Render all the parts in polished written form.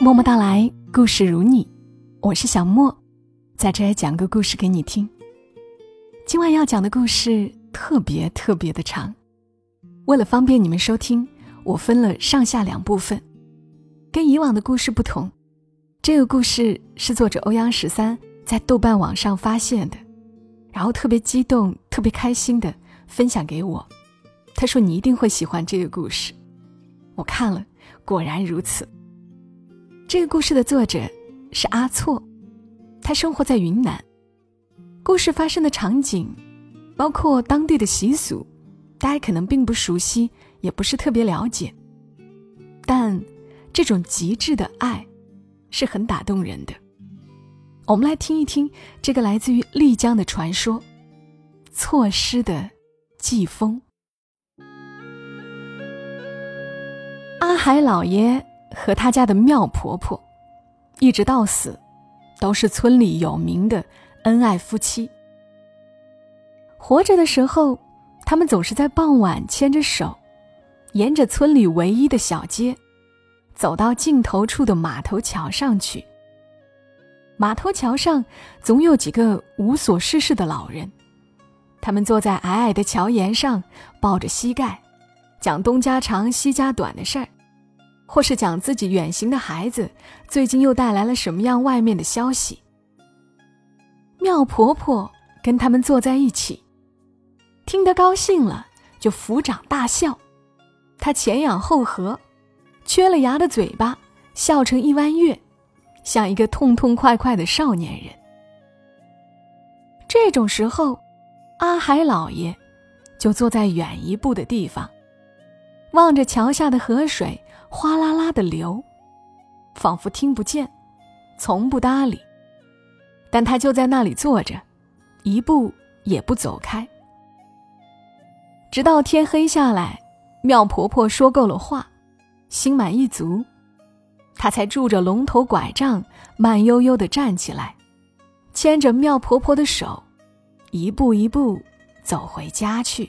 默默到来，故事如你，我是小莫，在这里讲个故事给你听。今晚要讲的故事特别的长，为了方便你们收听，我分了上下两部分。跟以往的故事不同，这个故事是作者欧阳13在豆瓣网上发现的，然后特别激动特别开心的分享给我。他说你一定会喜欢这个故事，我看了果然如此。这个故事的作者是阿错，他生活在云南。故事发生的场景包括当地的习俗，大家可能并不熟悉，也不是特别了解，但这种极致的爱是很打动人的。我们来听一听这个来自于丽江的传说——错失的季风。阿海老爷和他家的妙婆婆一直到死都是村里有名的恩爱夫妻。活着的时候，他们总是在傍晚牵着手，沿着村里唯一的小街走到尽头处的码头桥上去。码头桥上总有几个无所事事的老人，他们坐在矮矮的桥沿上，抱着膝盖讲东家长西家短的事儿，或是讲自己远行的孩子最近又带来了什么样外面的消息。妙婆婆跟他们坐在一起，听得高兴了就抚掌大笑，她前仰后合，缺了牙的嘴巴笑成一弯月，像一个痛痛快快的少年人。这种时候，阿海老爷就坐在远一步的地方，望着桥下的河水哗啦啦地流，仿佛听不见，从不搭理。但他就在那里坐着，一步也不走开。直到天黑下来，妙婆婆说够了话，心满意足，她才拄着龙头拐杖慢悠悠地站起来，牵着妙婆婆的手，一步一步走回家去。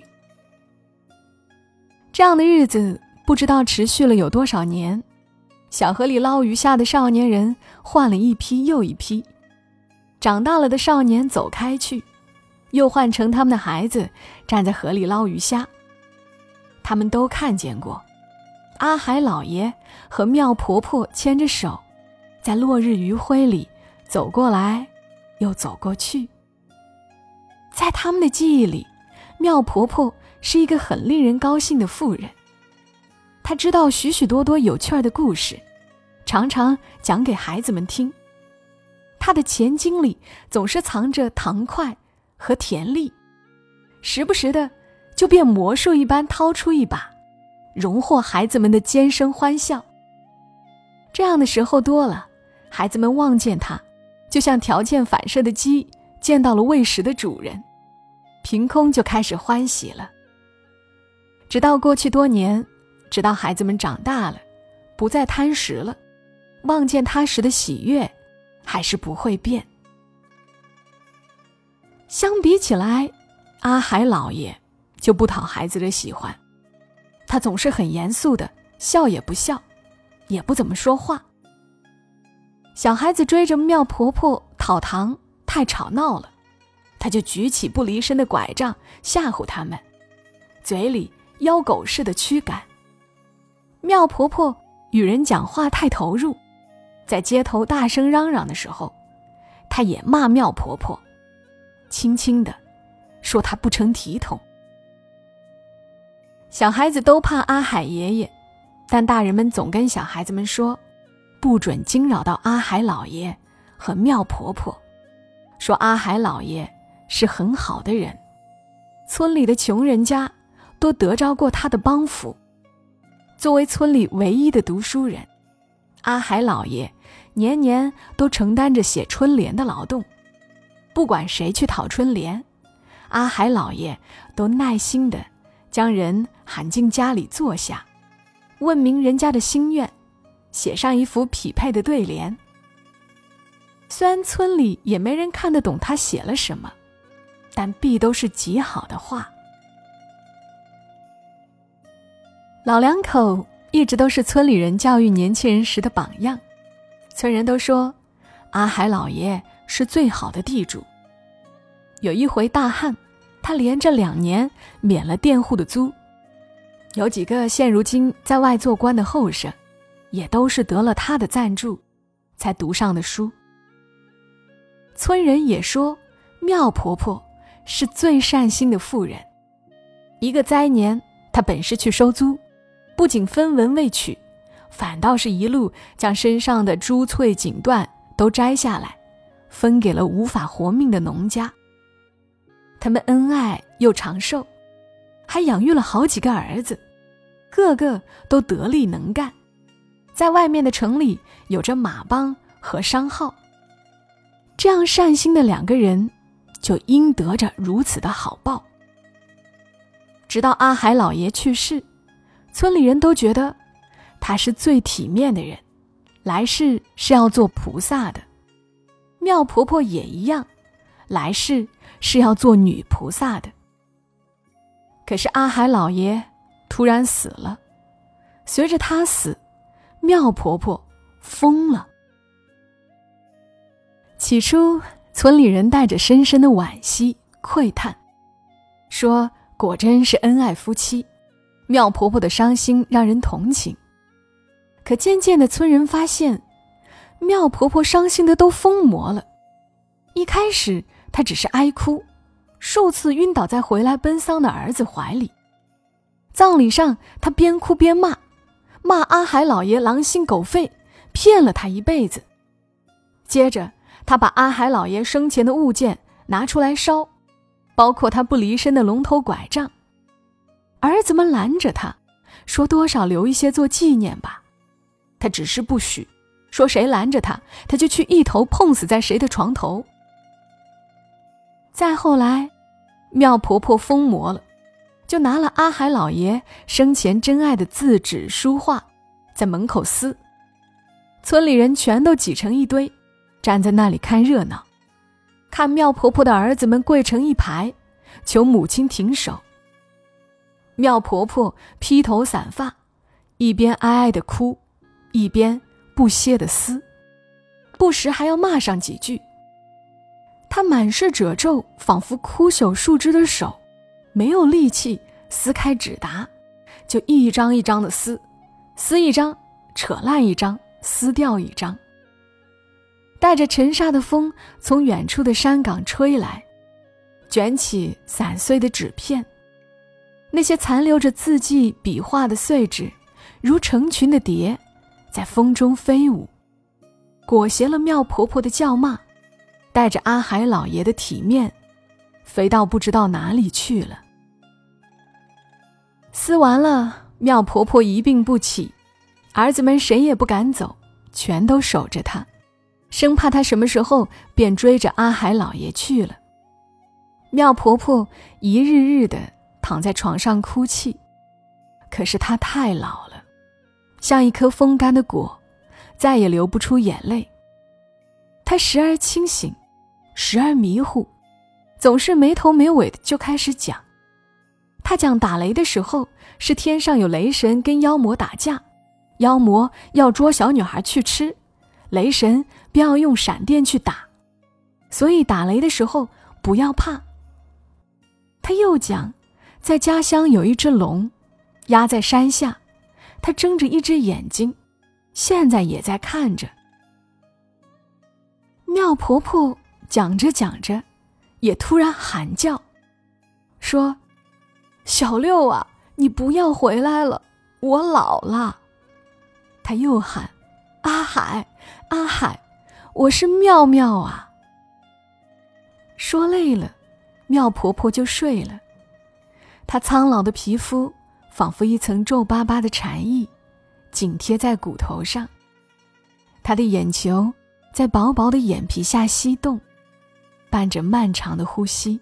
这样的日子不知道持续了有多少年，小河里捞鱼虾的少年人换了一批又一批，长大了的少年走开去，又换成他们的孩子站在河里捞鱼虾。他们都看见过阿海老爷和妙婆婆牵着手，在落日余晖里走过来又走过去。在他们的记忆里，妙婆婆是一个很令人高兴的妇人，她知道许许多多有趣的故事，常常讲给孩子们听。她的钱经里总是藏着糖块和甜粒，时不时的就变魔术一般掏出一把，荣获孩子们的尖声欢笑。这样的时候多了，孩子们望见她，就像条件反射的鸡见到了喂食的主人，凭空就开始欢喜了。直到过去多年，直到孩子们长大了，不再贪食了，望见他时的喜悦还是不会变。相比起来，阿海老爷就不讨孩子的喜欢，他总是很严肃的，笑也不笑，也不怎么说话。小孩子追着妙婆婆讨糖太吵闹了，他就举起不离身的拐杖吓唬他们，嘴里邀狗似的驱赶。妙婆婆与人讲话太投入，在街头大声嚷嚷的时候，她也骂妙婆婆，轻轻地说她不成体统。小孩子都怕阿海爷爷，但大人们总跟小孩子们说，不准惊扰到阿海老爷和妙婆婆，说阿海老爷是很好的人，村里的穷人家都得着过他的帮扶。作为村里唯一的读书人，阿海老爷年年都承担着写春联的劳动，不管谁去讨春联，阿海老爷都耐心地将人喊进家里坐下，问明人家的心愿，写上一幅匹配的对联。虽然村里也没人看得懂他写了什么，但必都是极好的话。老两口一直都是村里人教育年轻人时的榜样， 村人都说阿海老爷是最好的地主。有一回大旱，他连着2年免了佃户的租。有几个现如今在外做官的后生，也都是得了他的赞助才读上的书。村人也说妙婆婆是最善心的妇人。一个灾年，她本是去收租，不仅分文未取，反倒是一路将身上的珠翠锦缎都摘下来，分给了无法活命的农家。他们恩爱又长寿，还养育了好几个儿子，个个都得力能干，在外面的城里有着马帮和商号。这样善心的2个人，就应得着如此的好报。直到阿海老爷去世，村里人都觉得他是最体面的人，来世是要做菩萨的。妙婆婆也一样，来世是要做女菩萨的。可是阿海老爷突然死了，随着他死，妙婆婆疯了。起初村里人带着深深的惋惜喟叹，说果真是恩爱夫妻，妙婆婆的伤心让人同情。可渐渐的村人发现，妙婆婆伤心的都疯魔了。一开始她只是哀哭，数次晕倒在回来奔丧的儿子怀里。葬礼上她边哭边骂阿海老爷狼心狗肺，骗了她一辈子。接着她把阿海老爷生前的物件拿出来烧，包括他不离身的龙头拐杖。儿子们拦着他，说多少留一些做纪念吧。他只是不许，说谁拦着他，他就去一头碰死在谁的床头。再后来，妙婆婆疯魔了，就拿了阿海老爷生前珍爱的字纸书画，在门口撕。村里人全都挤成一堆，站在那里看热闹，看妙婆婆的儿子们跪成一排，求母亲停手。妙婆婆披头散发，一边哀哀地哭，一边不歇地撕，不时还要骂上几句。她满是褶皱，仿佛枯朽树枝的手，没有力气撕开纸沓，就一张一张地撕，撕一张扯烂一张，撕掉一张。带着尘沙的风从远处的山岗吹来，卷起散碎的纸片，那些残留着字迹笔画的碎纸如成群的蝶，在风中飞舞，裹挟了妙婆婆的叫骂，带着阿海老爷的体面，飞到不知道哪里去了。撕完了，妙婆婆一病不起，儿子们谁也不敢走，全都守着她，生怕她什么时候便追着阿海老爷去了。妙婆婆一日日的躺在床上哭泣，可是她太老了，像一颗风干的果，再也流不出眼泪。她时而清醒，时而迷糊，总是没头没尾的就开始讲。她讲打雷的时候，是天上有雷神跟妖魔打架，妖魔要捉小女孩去吃，雷神便要用闪电去打，所以打雷的时候不要怕。他又讲，在家乡有一只龙，压在山下，他睁着一只眼睛，现在也在看着。妙婆婆讲着讲着，也突然喊叫，说：“小六啊，你不要回来了，我老了。”她又喊：“阿海，阿海，我是妙妙啊。”说累了，妙婆婆就睡了。她苍老的皮肤仿佛一层皱巴巴的蝉翼，紧贴在骨头上。她的眼球在薄薄的眼皮下翕动，伴着漫长的呼吸。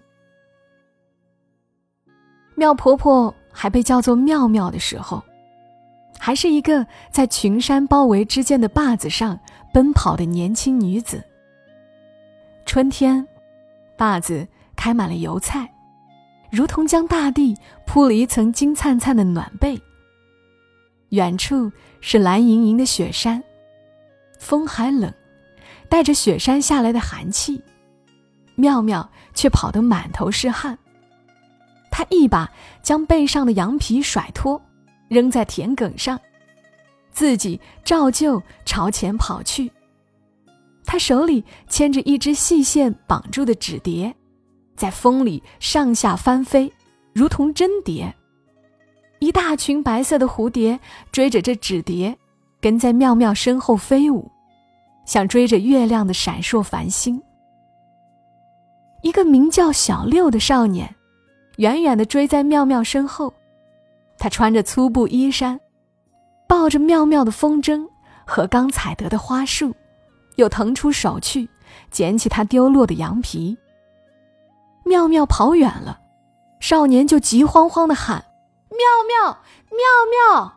妙婆婆还被叫做妙妙的时候，还是一个在群山包围之间的坝子上奔跑的年轻女子。春天，坝子开满了油菜，如同将大地铺了一层金灿灿的暖被。远处是蓝盈盈的雪山， 风还冷，带着雪山下来的寒气，妙妙却跑得满头是汗。她一把将背上的羊皮甩脱，扔在田埂上，自己照旧朝前跑去。她手里牵着一只细线绑住的纸蝶，在风里上下翻飞，如同真蝶。一大群白色的蝴蝶追着这纸蝶，跟在妙妙身后飞舞，像追着月亮的闪烁繁星。一个名叫小六的少年远远地追在妙妙身后，他穿着粗布衣衫，抱着妙妙的风筝和刚采得的花束，又腾出手去捡起他丢落的羊皮。妙妙跑远了，少年就急慌慌地喊：妙妙，妙妙！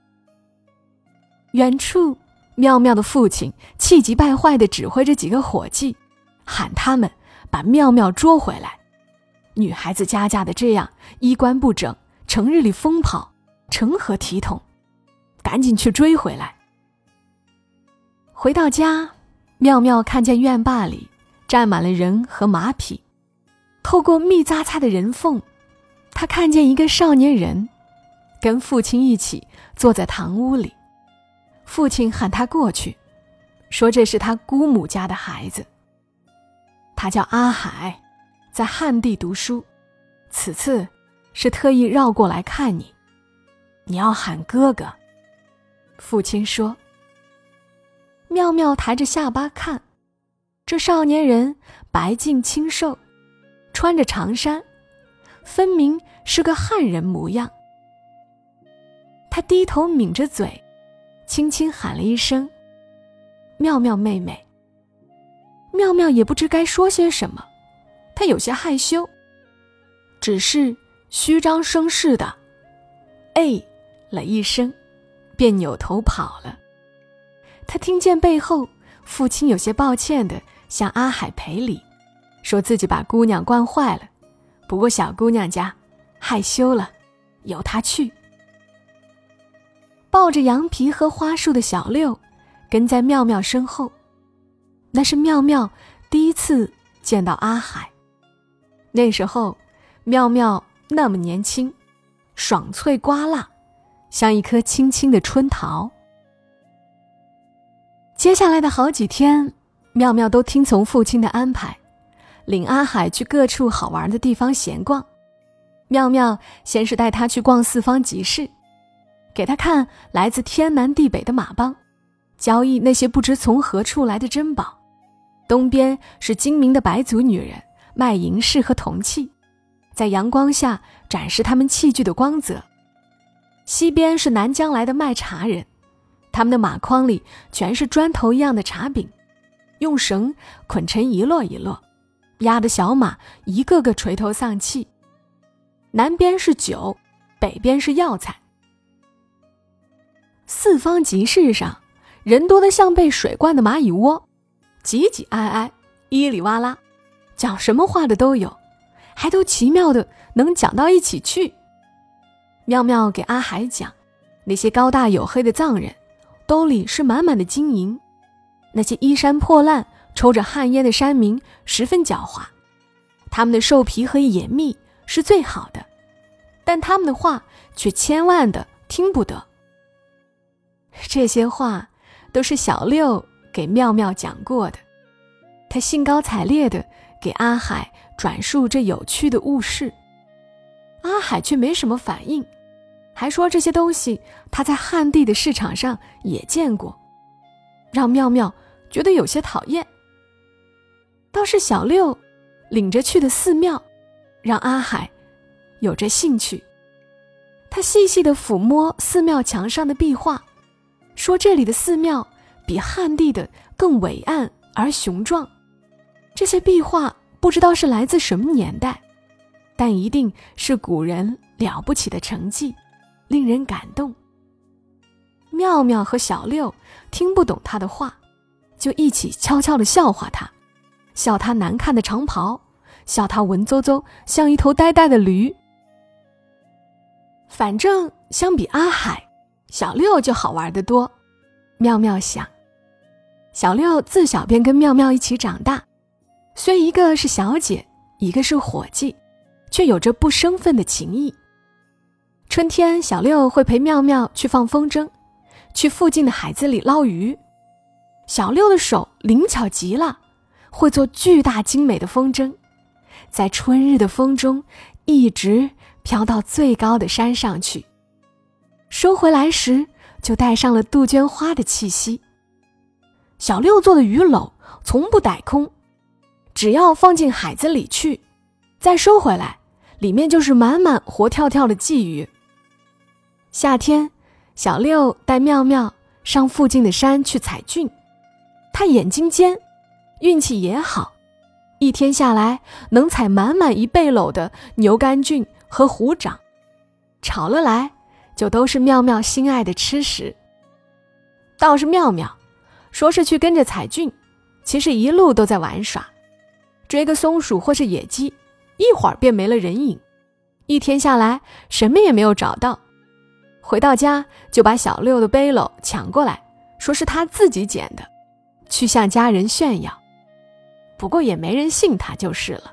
远处，妙妙的父亲气急败坏地指挥着几个伙计，喊他们把妙妙捉回来。女孩子家家的这样衣冠不整，成日里疯跑，成何体统？赶紧去追回来。回到家，妙妙看见院坝里站满了人和马匹，透过密匝匝的人缝，她看见一个少年人跟父亲一起坐在堂屋里。父亲喊他过去，说这是他姑母家的孩子，他叫阿海，在汉地读书，此次是特意绕过来看你，你要喊哥哥。父亲说。妙妙抬着下巴看，这少年人白净清瘦，穿着长衫，分明是个汉人模样。他低头抿着嘴，轻轻喊了一声：妙妙妹妹。妙妙也不知该说些什么，她有些害羞，只是虚张声势的哎了一声，便扭头跑了。她听见背后父亲有些抱歉地向阿海赔礼，说自己把姑娘惯坏了，不过小姑娘家害羞了，由她去。抱着羊皮和花束的小六跟在妙妙身后，那是妙妙第一次见到阿海。那时候妙妙那么年轻，爽脆瓜辣，像一颗青青的春桃。接下来的好几天，妙妙都听从父亲的安排，领阿海去各处好玩的地方闲逛。妙妙先是带他去逛四方集市，给他看来自天南地北的马帮，交易那些不知从何处来的珍宝。东边是精明的白族女人卖银饰和铜器，在阳光下展示他们器具的光泽。西边是南疆来的卖茶人，他们的马筐里全是砖头一样的茶饼，用绳捆成一摞一摞，压得小马一个个垂头丧气。南边是酒，北边是药材。四方集市上人多得像被水灌的蚂蚁窝，挤挤挨挨，伊里哇啦，讲什么话的都有，还都奇妙的能讲到一起去。妙妙给阿海讲，那些高大黝黑的藏人兜里是满满的金银，那些衣衫破烂抽着旱烟的山民十分狡猾，他们的兽皮和野蜜是最好的，但他们的话却千万的听不得。这些话都是小六给妙妙讲过的，他兴高采烈地给阿海转述这有趣的物事。阿海却没什么反应，还说这些东西他在汉地的市场上也见过，让妙妙觉得有些讨厌。倒是小六领着去的寺庙，让阿海有着兴趣。他细细地抚摸寺庙墙上的壁画，说这里的寺庙比汉地的更伟岸而雄壮。这些壁画不知道是来自什么年代，但一定是古人了不起的成绩，令人感动。妙妙和小六听不懂他的话，就一起悄悄地笑话他，笑他难看的长袍，笑他文绉绉像一头呆呆的驴。反正相比阿海，小六就好玩得多。妙妙想， 小六自小便跟妙妙一起长大，虽一个是小姐，一个是伙计，却有着不生分的情谊。春天，小六会陪妙妙去放风筝，去附近的海子里捞鱼。小六的手灵巧极了，会做巨大精美的风筝，在春日的风中一直飘到最高的山上去。收回来时，就带上了杜鹃花的气息。小六做的鱼篓从不逮空，只要放进海子里去，再收回来，里面就是满满活跳跳的鲫鱼。夏天，小六带妙妙上附近的山去采菌，他眼睛尖，运气也好，一天下来能采满满一背篓的牛肝菌和虎掌，炒了来就都是妙妙心爱的吃食。倒是妙妙说是去跟着采菌，其实一路都在玩耍，追个松鼠或是野鸡，一会儿便没了人影，一天下来什么也没有找到。回到家就把小六的背篓抢过来，说是他自己捡的，去向家人炫耀。不过也没人信他就是了。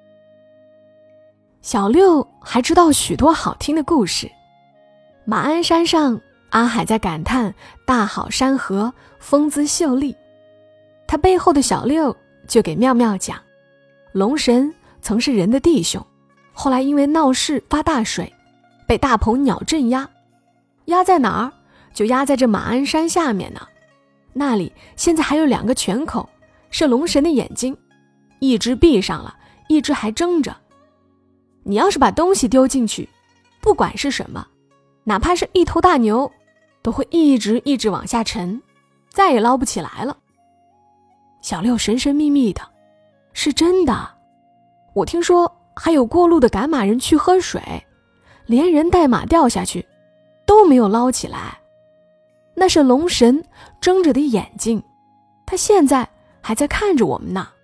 小六还知道许多好听的故事。马鞍山上，阿海在感叹大好山河，风姿秀丽。他背后的小六就给妙妙讲，龙神曾是人的弟兄，后来因为闹事发大水，被大鹏鸟镇压。压在哪儿？就压在这马鞍山下面呢。那里现在还有2个泉口，是龙神的眼睛，一只闭上了，一只还睁着。你要是把东西丢进去，不管是什么，哪怕是一头大牛，都会一直往下沉，再也捞不起来了。小六神神秘秘的，是真的。我听说还有过路的赶马人去喝水，连人带马掉下去都没有捞起来，那是龙神睁着的眼睛，他现在还在看着我们呢。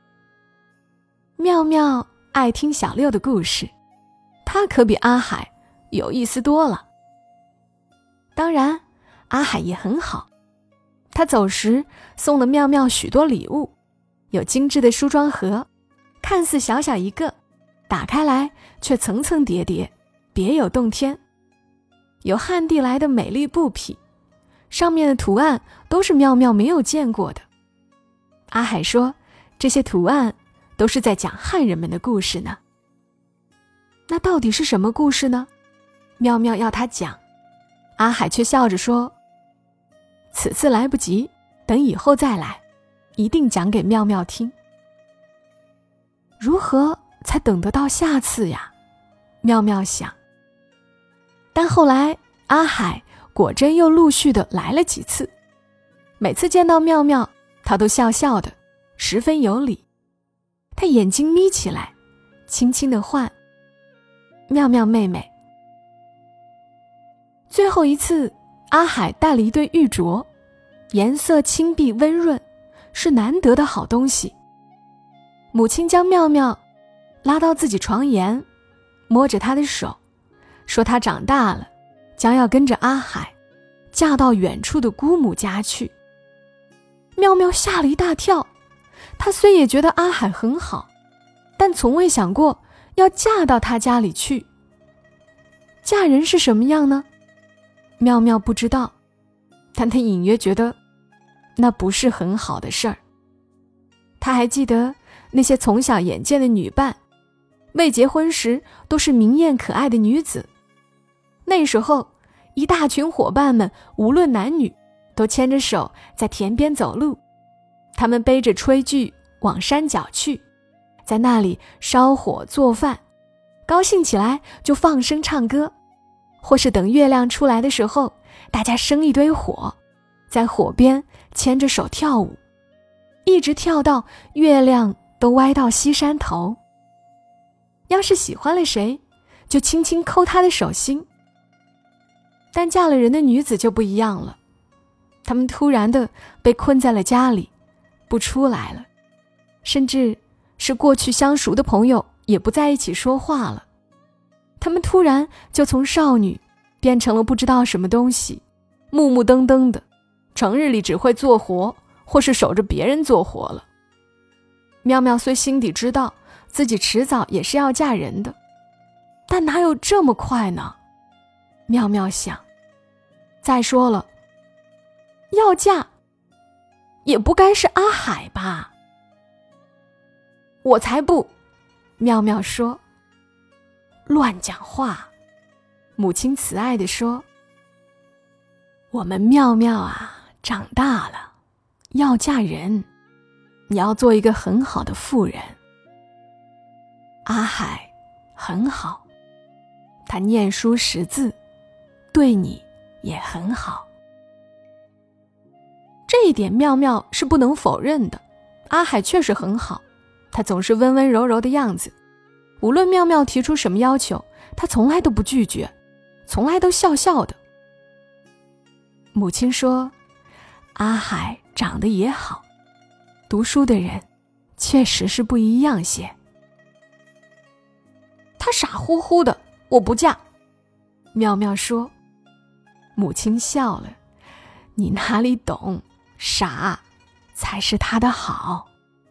妙妙爱听小六的故事，他可比阿海有意思多了。当然，阿海也很好，他走时送了妙妙许多礼物，有精致的梳妆盒，看似小小一个，打开来却层层叠叠，别有洞天。有汉地来的美丽布匹，上面的图案都是妙妙没有见过的。阿海说，这些图案都是在讲汉人们的故事呢。那到底是什么故事呢？妙妙要他讲，阿海却笑着说，此次来不及，等以后再来，一定讲给妙妙听。如何才等得到下次呀？妙妙想。但后来阿海果真又陆续的来了几次，每次见到妙妙，他都笑笑的，十分有礼。他眼睛眯起来，轻轻地唤，妙妙妹妹。最后一次，阿海带了一对玉镯，颜色清碧温润，是难得的好东西。母亲将妙妙拉到自己床沿，摸着她的手，说她长大了，将要跟着阿海嫁到远处的姑母家去。妙妙吓了一大跳，她虽也觉得阿海很好，但从未想过要嫁到他家里去。嫁人是什么样呢？妙妙不知道，但她隐约觉得那不是很好的事儿。她还记得那些从小眼见的女伴，未结婚时都是明艳可爱的女子。那时候一大群伙伴们无论男女，都牵着手在田边走路，他们背着炊具往山脚去，在那里烧火做饭，高兴起来就放声唱歌，或是等月亮出来的时候，大家生一堆火，在火边牵着手跳舞，一直跳到月亮都歪到西山头。要是喜欢了谁，就轻轻抠他的手心。但嫁了人的女子就不一样了，她们突然的被困在了家里，不出来了，甚至是过去相熟的朋友也不在一起说话了。她们突然就从少女变成了不知道什么东西，木木登登的，成日里只会做活， 或是守着别人做活了。妙妙虽心底知道自己迟早也是要嫁人的，但哪有这么快呢？妙妙想，再说了，要嫁也不该是阿海吧？我才不！妙妙说。乱讲话！母亲慈爱地说。我们妙妙啊，长大了，要嫁人，你要做一个很好的妇人。阿海很好，他念书识字，对你也很好。这一点妙妙是不能否认的，阿海确实很好，他总是温温柔柔的样子，无论妙妙提出什么要求，他从来都不拒绝，从来都笑笑的。母亲说，阿海长得也好，读书的人确实是不一样些。他傻乎乎的，我不嫁。妙妙说。母亲笑了，你哪里懂，傻才是他的好。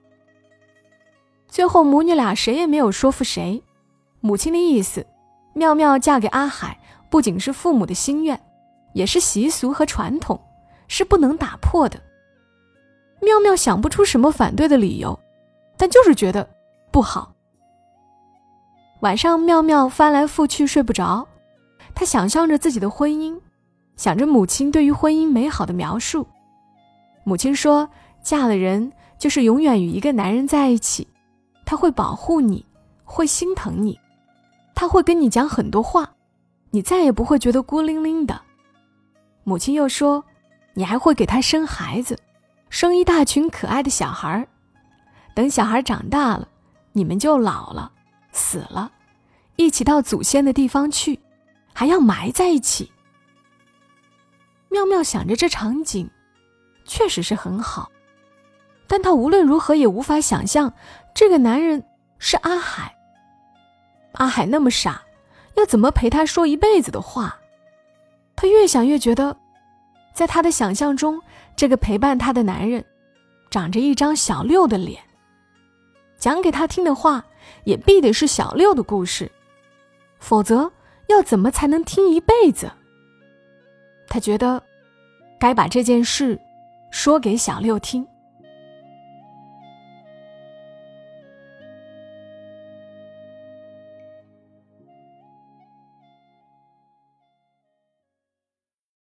最后母女俩谁也没有说服谁。母亲的意思，妙妙嫁给阿海不仅是父母的心愿，也是习俗和传统，是不能打破的。妙妙想不出什么反对的理由，但就是觉得不好。晚上妙妙翻来覆去睡不着，她想象着自己的婚姻，想着母亲对于婚姻美好的描述。母亲说，嫁了人就是永远与一个男人在一起，他会保护你，会心疼你，他会跟你讲很多话，你再也不会觉得孤零零的。母亲又说，你还会给他生孩子，生一大群可爱的小孩，等小孩长大了，你们就老了，死了，一起到祖先的地方去，还要埋在一起。妙妙想着这场景确实是很好，但她无论如何也无法想象这个男人是阿海。阿海那么傻，要怎么陪他说一辈子的话？她越想越觉得，在她的想象中，这个陪伴她的男人长着一张小六的脸，讲给她听的话也必得是小六的故事，否则要怎么才能听一辈子？她觉得该把这件事说给小六听。